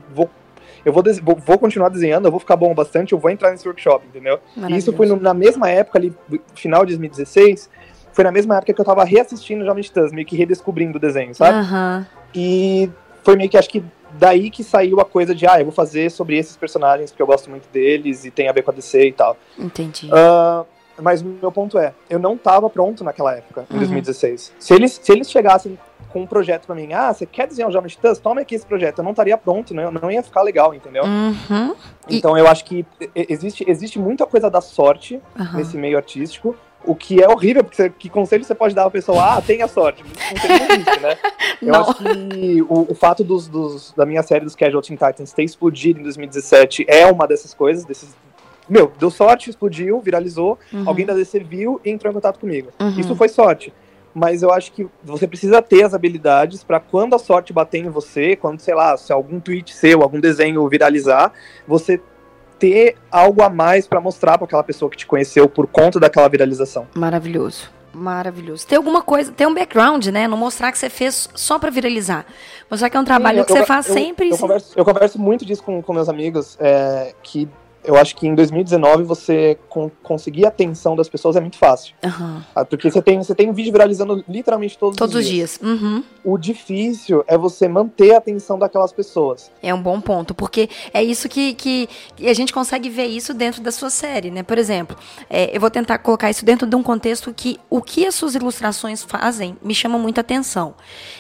vou continuar desenhando, eu vou ficar bom bastante, eu vou entrar nesse workshop, entendeu? E isso foi na mesma época ali, final de 2016, foi na mesma época que eu tava reassistindo Jovem Titãs, meio que redescobrindo o desenho, sabe? E foi meio que, acho que daí que saiu a coisa de, eu vou fazer sobre esses personagens, porque eu gosto muito deles e tem a ver com a DC e tal. Entendi. Mas o meu ponto eu não tava pronto naquela época, em 2016. Se eles chegassem com um projeto pra mim, você quer desenhar o Jovem Titãs? Toma aqui esse projeto. Eu não estaria pronto, né? Não ia ficar legal, entendeu? Então eu acho que existe muita coisa da sorte nesse meio artístico, o que é horrível, porque que conselho você pode dar pra pessoa? Tenha sorte. Conselho não existe, né? Eu acho que o fato da minha série dos Casual Teen Titans ter explodido em 2017 é uma dessas coisas, deu sorte, explodiu, viralizou, alguém da DC viu e entrou em contato comigo. Isso foi sorte. Mas eu acho que você precisa ter as habilidades para quando a sorte bater em você, quando, sei lá, se algum tweet seu, algum desenho viralizar, você ter algo a mais para mostrar para aquela pessoa que te conheceu por conta daquela viralização. Maravilhoso. Tem alguma coisa, tem um background, né? Não mostrar que você fez só para viralizar. Mostrar que é um trabalho que você faz sempre. Eu converso muito disso com meus amigos, que eu acho que em 2019 você conseguir a atenção das pessoas é muito fácil. Porque você tem um vídeo viralizando literalmente todos os dias. O difícil é você manter a atenção daquelas pessoas. É um bom ponto, porque é isso que a gente consegue ver isso dentro da sua série, né? Por exemplo, eu vou tentar colocar isso dentro de um contexto que o que as suas ilustrações fazem me chama muita atenção.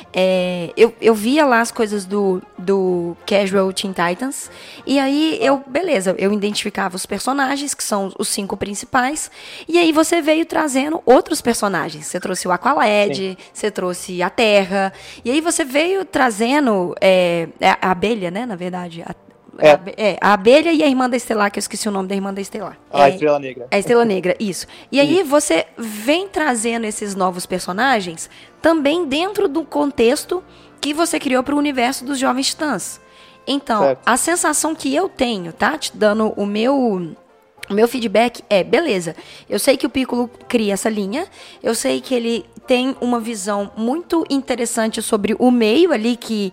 Eu via lá as coisas do Casual Teen Titans, e aí eu identificava os personagens, que são os 5 principais, e aí você veio trazendo outros personagens. Você trouxe o Aqualad, você trouxe a Terra, e aí você veio trazendo a abelha, né, na verdade, a abelha e a irmã da Estelar, que eu esqueci o nome da irmã da Estelar. A Estrela Negra. A Estrela Negra, isso. E aí você vem trazendo esses novos personagens também dentro do contexto que você criou para o universo dos Jovens Titãs. Então, a sensação que eu tenho, tá? Te dando o meu feedback beleza, eu sei que o Piccolo cria essa linha, eu sei que ele tem uma visão muito interessante sobre o meio ali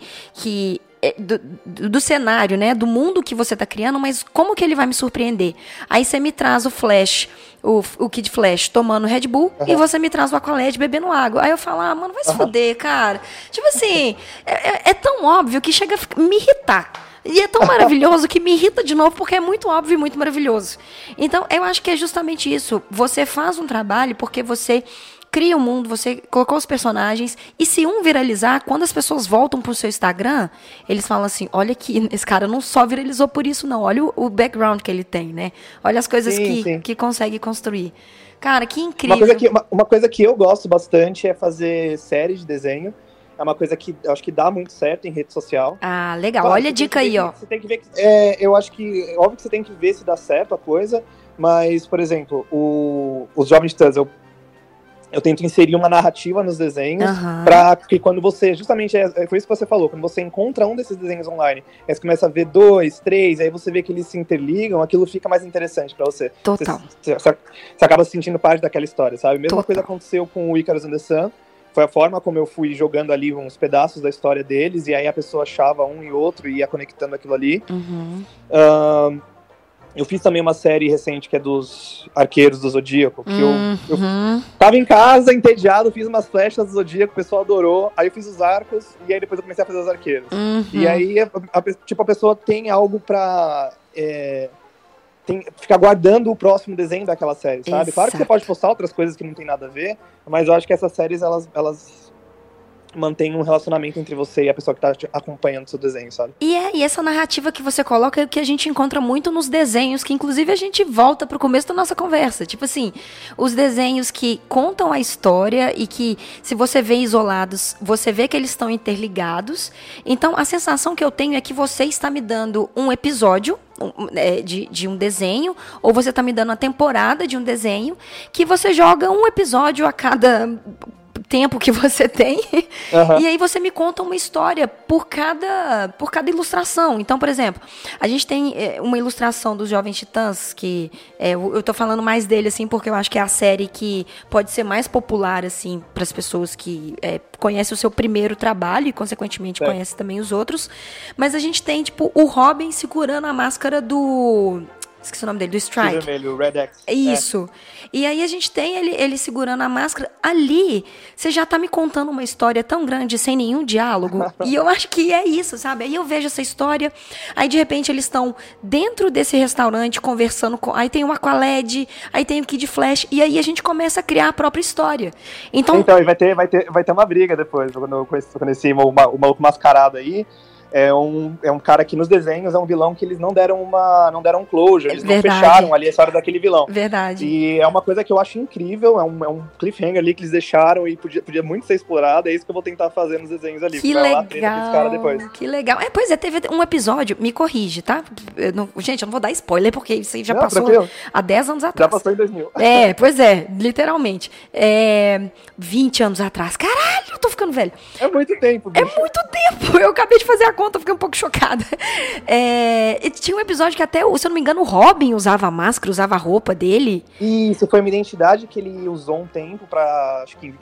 do cenário, né? Do mundo que você tá criando, mas como que ele vai me surpreender? Aí você me traz o Flash, o Kid Flash tomando Red Bull, e você me traz o Aqualad bebendo água. Aí eu falo, mano, vai se fuder, cara. Tipo assim, é tão óbvio que chega a me irritar. E é tão maravilhoso que me irrita de novo, porque é muito óbvio e muito maravilhoso. Então, eu acho que é justamente isso. Você faz um trabalho porque você cria um mundo, você colocou os personagens, e se um viralizar, quando as pessoas voltam pro seu Instagram, eles falam assim, olha aqui, esse cara não só viralizou por isso, não. Olha o background que ele tem, né? Olha as coisas que consegue construir. Cara, que incrível. Uma coisa que eu gosto bastante é fazer série de desenho. É uma coisa que eu acho que dá muito certo em rede social. Ah, legal. Claro, olha a dica aí, ó. Você tem que ver que, eu acho que, óbvio que você tem que ver se dá certo a coisa, mas, por exemplo, os Jovens Titãs, eu tento inserir uma narrativa nos desenhos, pra que quando você, justamente, foi isso que você falou, quando você encontra um desses desenhos online, aí você começa a ver 2, 3, aí você vê que eles se interligam, aquilo fica mais interessante pra você. Total. Você acaba se sentindo parte daquela história, sabe? Mesma coisa aconteceu com o Icarus and the Sun. Foi a forma como eu fui jogando ali uns pedaços da história deles, e aí a pessoa achava um e outro e ia conectando aquilo ali. Eu fiz também uma série recente que é dos Arqueiros do Zodíaco, que eu tava em casa, entediado, fiz umas flechas do Zodíaco, o pessoal adorou, aí eu fiz os arcos, e aí depois eu comecei a fazer os arqueiros. E aí, a pessoa tem algo pra... ficar guardando o próximo desenho daquela série, sabe? Exato. Claro que você pode postar outras coisas que não tem nada a ver, mas eu acho que essas séries, elas mantêm um relacionamento entre você e a pessoa que tá acompanhando o seu desenho, sabe? E essa narrativa que você coloca é o que a gente encontra muito nos desenhos, que inclusive a gente volta pro começo da nossa conversa. Tipo assim, os desenhos que contam a história e que, se você vê isolados, você vê que eles estão interligados. Então, a sensação que eu tenho é que você está me dando um episódio de um desenho, ou você está me dando uma temporada de um desenho, que você joga um episódio a cada tempo que você tem, e aí você me conta uma história por cada ilustração. Então, por exemplo, a gente tem uma ilustração dos Jovens Titãs, que eu tô falando mais dele, assim, porque eu acho que é a série que pode ser mais popular, assim, para as pessoas que conhecem o seu primeiro trabalho e, consequentemente, conhecem também os outros. Mas a gente tem, tipo, o Robin segurando a máscara do... Esqueci o nome dele, do Strike. Vermelho, o Red X. Isso. E aí a gente tem ele segurando a máscara. Ali, você já tá me contando uma história tão grande, sem nenhum diálogo. E eu acho que é isso, sabe? Aí eu vejo essa história, aí de repente eles estão dentro desse restaurante conversando com... Aí tem o Aqualad, aí tem o Kid Flash, e aí a gente começa a criar a própria história. Então e vai ter uma briga depois, quando eu conheci o maluco mascarado aí. É um cara que nos desenhos é um vilão que eles não deram closure, eles não fecharam ali a história daquele vilão. Verdade. E é uma coisa que eu acho incrível, é um cliffhanger ali que eles deixaram e podia muito ser explorado, é isso que eu vou tentar fazer nos desenhos ali. Que legal, cara depois. Que legal. Pois é, teve um episódio, me corrige, tá? Gente, eu não vou dar spoiler, porque isso aí já passou há 10 anos atrás. Já passou em 2000. Pois é, literalmente. 20 anos atrás. Caralho, eu tô ficando velho. É muito tempo, bicho. É muito tempo. Eu acabei de fazer a conta, fiquei um pouco chocada. Tinha um episódio que até, se eu não me engano, o Robin usava a máscara, usava a roupa dele. Isso foi uma identidade que ele usou um tempo pra, acho que,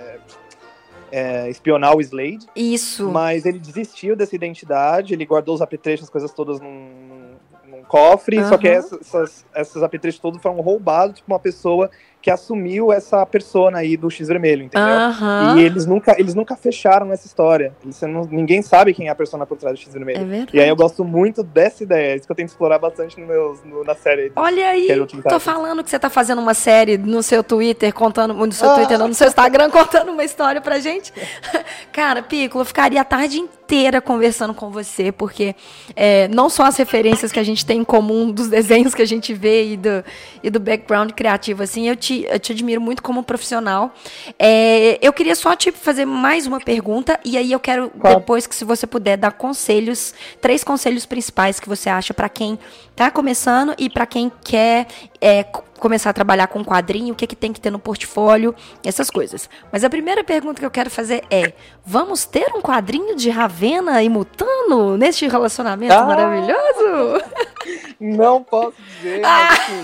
espionar o Slade. Isso. Mas ele desistiu dessa identidade, ele guardou os apetrechos, as coisas todas num cofre, só que esses apetrechos todos foram roubados por uma pessoa que assumiu essa persona aí do X Vermelho, entendeu? E eles nunca fecharam essa história. Ninguém sabe quem é a persona por trás do X Vermelho. É verdade. E aí eu gosto muito dessa ideia, é isso que eu tento explorar bastante na série. Olha aí, tô falando que você tá fazendo uma série no seu Twitter, no seu Instagram, contando uma história pra gente. Cara, Piccolo, eu ficaria a tarde inteira conversando com você, porque não só as referências que a gente tem em comum dos desenhos que a gente vê e do background criativo, assim, eu te admiro muito como profissional. Eu queria só te fazer mais uma pergunta, e aí eu quero, depois, que se você puder dar 3 conselhos principais que você acha para quem tá começando e para quem quer começar a trabalhar com quadrinho, o que tem que ter no portfólio, essas coisas. Mas a primeira pergunta que eu quero fazer é: vamos ter um quadrinho de Ravena e Mutano neste relacionamento maravilhoso? Não posso dizer, mas assim,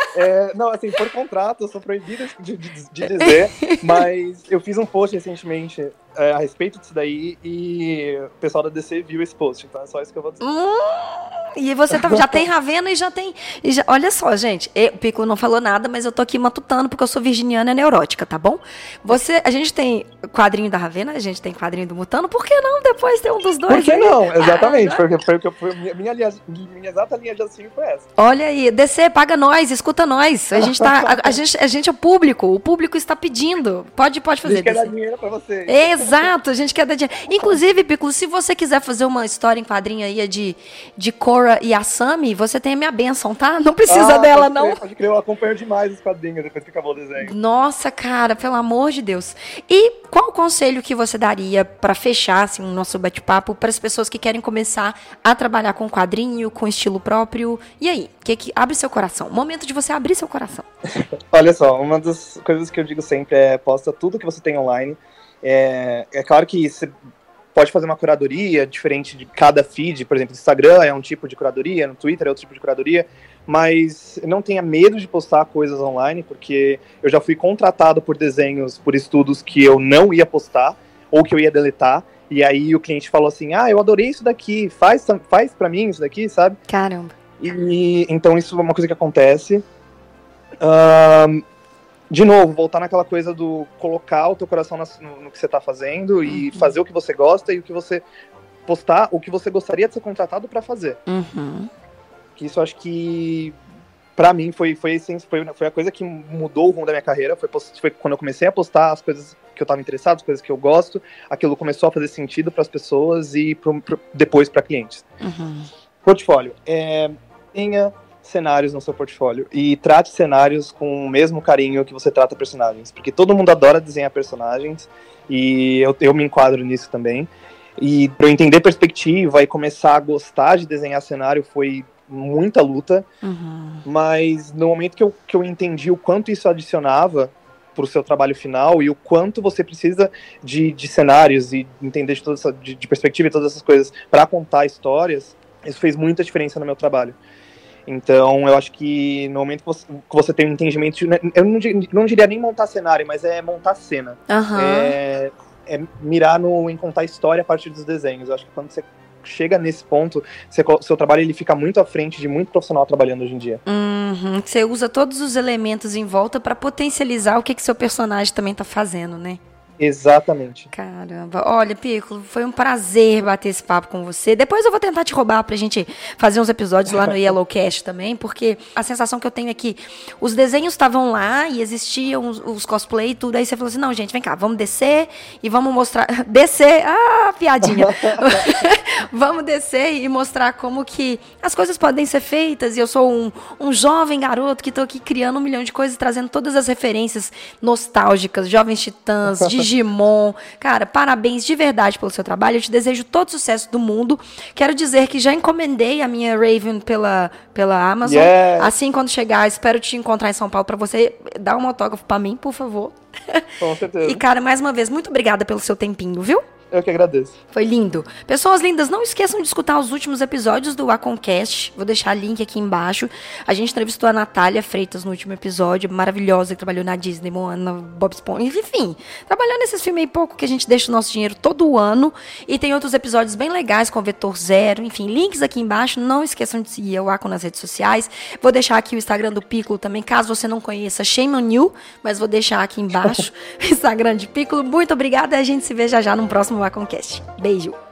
Não, assim, por contrato, eu sou proibido de dizer, mas eu fiz um post recentemente a respeito disso daí e o pessoal da DC viu esse post, então é só isso que eu vou dizer. E você já tem Ravena e já tem... olha só, gente, o Piccolo não falou nada, mas eu tô aqui matutando porque eu sou virginiana e neurótica, tá bom? A gente tem quadrinho da Ravena, a gente tem quadrinho do Mutano, por que não depois ter um dos dois? Por que não? Exatamente, foi minha exata linha de raciocínio foi essa. Olha aí, DC, paga nós, escuta nós, a gente é o público está pedindo, pode fazer. A gente quer dar dinheiro pra vocês. Exato, a gente quer dar dinheiro. Inclusive, Piccolo, se você quiser fazer uma história em quadrinho aí de Korra e Asami, você tem a minha bênção, tá? Não precisa dela, não. Pode crer, eu acompanho demais os quadrinhos depois que acabou o desenho. Nossa, cara, pelo amor de Deus. E qual o conselho que você daria para fechar assim, o nosso bate-papo para as pessoas que querem começar a trabalhar com quadrinho, com estilo próprio? E aí, abre seu coração. Momento de você abrir seu coração. Olha só, uma das coisas que eu digo sempre é posta tudo que você tem online. É claro que você pode fazer uma curadoria diferente de cada feed, por exemplo, no Instagram é um tipo de curadoria, no Twitter é outro tipo de curadoria, mas não tenha medo de postar coisas online, porque eu já fui contratado por desenhos, por estudos que eu não ia postar, ou que eu ia deletar, e aí o cliente falou assim, eu adorei isso daqui, faz pra mim isso daqui, sabe? Caramba. E então isso é uma coisa que acontece. De novo, voltar naquela coisa do colocar o teu coração no que você tá fazendo e fazer o que você gosta e o que você postar, o que você gostaria de ser contratado pra fazer. Que isso eu acho que pra mim foi a coisa que mudou o rumo da minha carreira, foi quando eu comecei a postar as coisas que eu tava interessado, as coisas que eu gosto, aquilo começou a fazer sentido pras pessoas e depois pra clientes. Portfólio. Tenha cenários no seu portfólio e trate cenários com o mesmo carinho que você trata personagens, porque todo mundo adora desenhar personagens e eu me enquadro nisso também, e para eu entender perspectiva e começar a gostar de desenhar cenário foi muita luta, mas no momento que eu entendi o quanto isso adicionava para o seu trabalho final e o quanto você precisa de cenários e entender de perspectiva e todas essas coisas para contar histórias, isso fez muita diferença no meu trabalho. Então, eu acho que no momento que você tem um entendimento, eu não diria nem montar cenário, mas é montar cena. É mirar em contar história a partir dos desenhos. Eu acho que quando você chega nesse ponto, seu trabalho ele fica muito à frente de muito profissional trabalhando hoje em dia. Você usa todos os elementos em volta para potencializar o que seu personagem também tá fazendo, né? Exatamente. Caramba. Olha, Piccolo, foi um prazer bater esse papo com você. Depois eu vou tentar te roubar pra gente fazer uns episódios lá no Yellowcast também, porque a sensação que eu tenho é que os desenhos estavam lá e existiam os cosplay e tudo. Aí você falou assim, não, gente, vem cá, vamos descer e vamos mostrar... Descer? Piadinha. Vamos descer e mostrar como que as coisas podem ser feitas. E eu sou um jovem garoto que tô aqui criando 1 milhão de coisas, trazendo todas as referências nostálgicas, Jovens Titãs, Digimon. Cara, parabéns de verdade pelo seu trabalho. Eu te desejo todo o sucesso do mundo. Quero dizer que já encomendei a minha Raven pela Amazon. Yeah. Assim, quando chegar, espero te encontrar em São Paulo para você dar um autógrafo para mim, por favor. Com certeza. E, cara, mais uma vez, muito obrigada pelo seu tempinho, viu? Eu que agradeço. Foi lindo. Pessoas lindas, não esqueçam de escutar os últimos episódios do Aconcast. Vou deixar o link aqui embaixo. A gente entrevistou a Natália Freitas no último episódio, maravilhosa, que trabalhou na Disney, Moana, Bob Esponja, enfim. Trabalhando nesses filmes aí pouco que a gente deixa o nosso dinheiro todo ano. E tem outros episódios bem legais com o Vetor Zero. Enfim, links aqui embaixo. Não esqueçam de seguir o Acon nas redes sociais. Vou deixar aqui o Instagram do Piccolo também, caso você não conheça, shame on you. Mas vou deixar aqui embaixo o Instagram de Piccolo. Muito obrigada e a gente se vê já num próximo Aconcast. Beijo!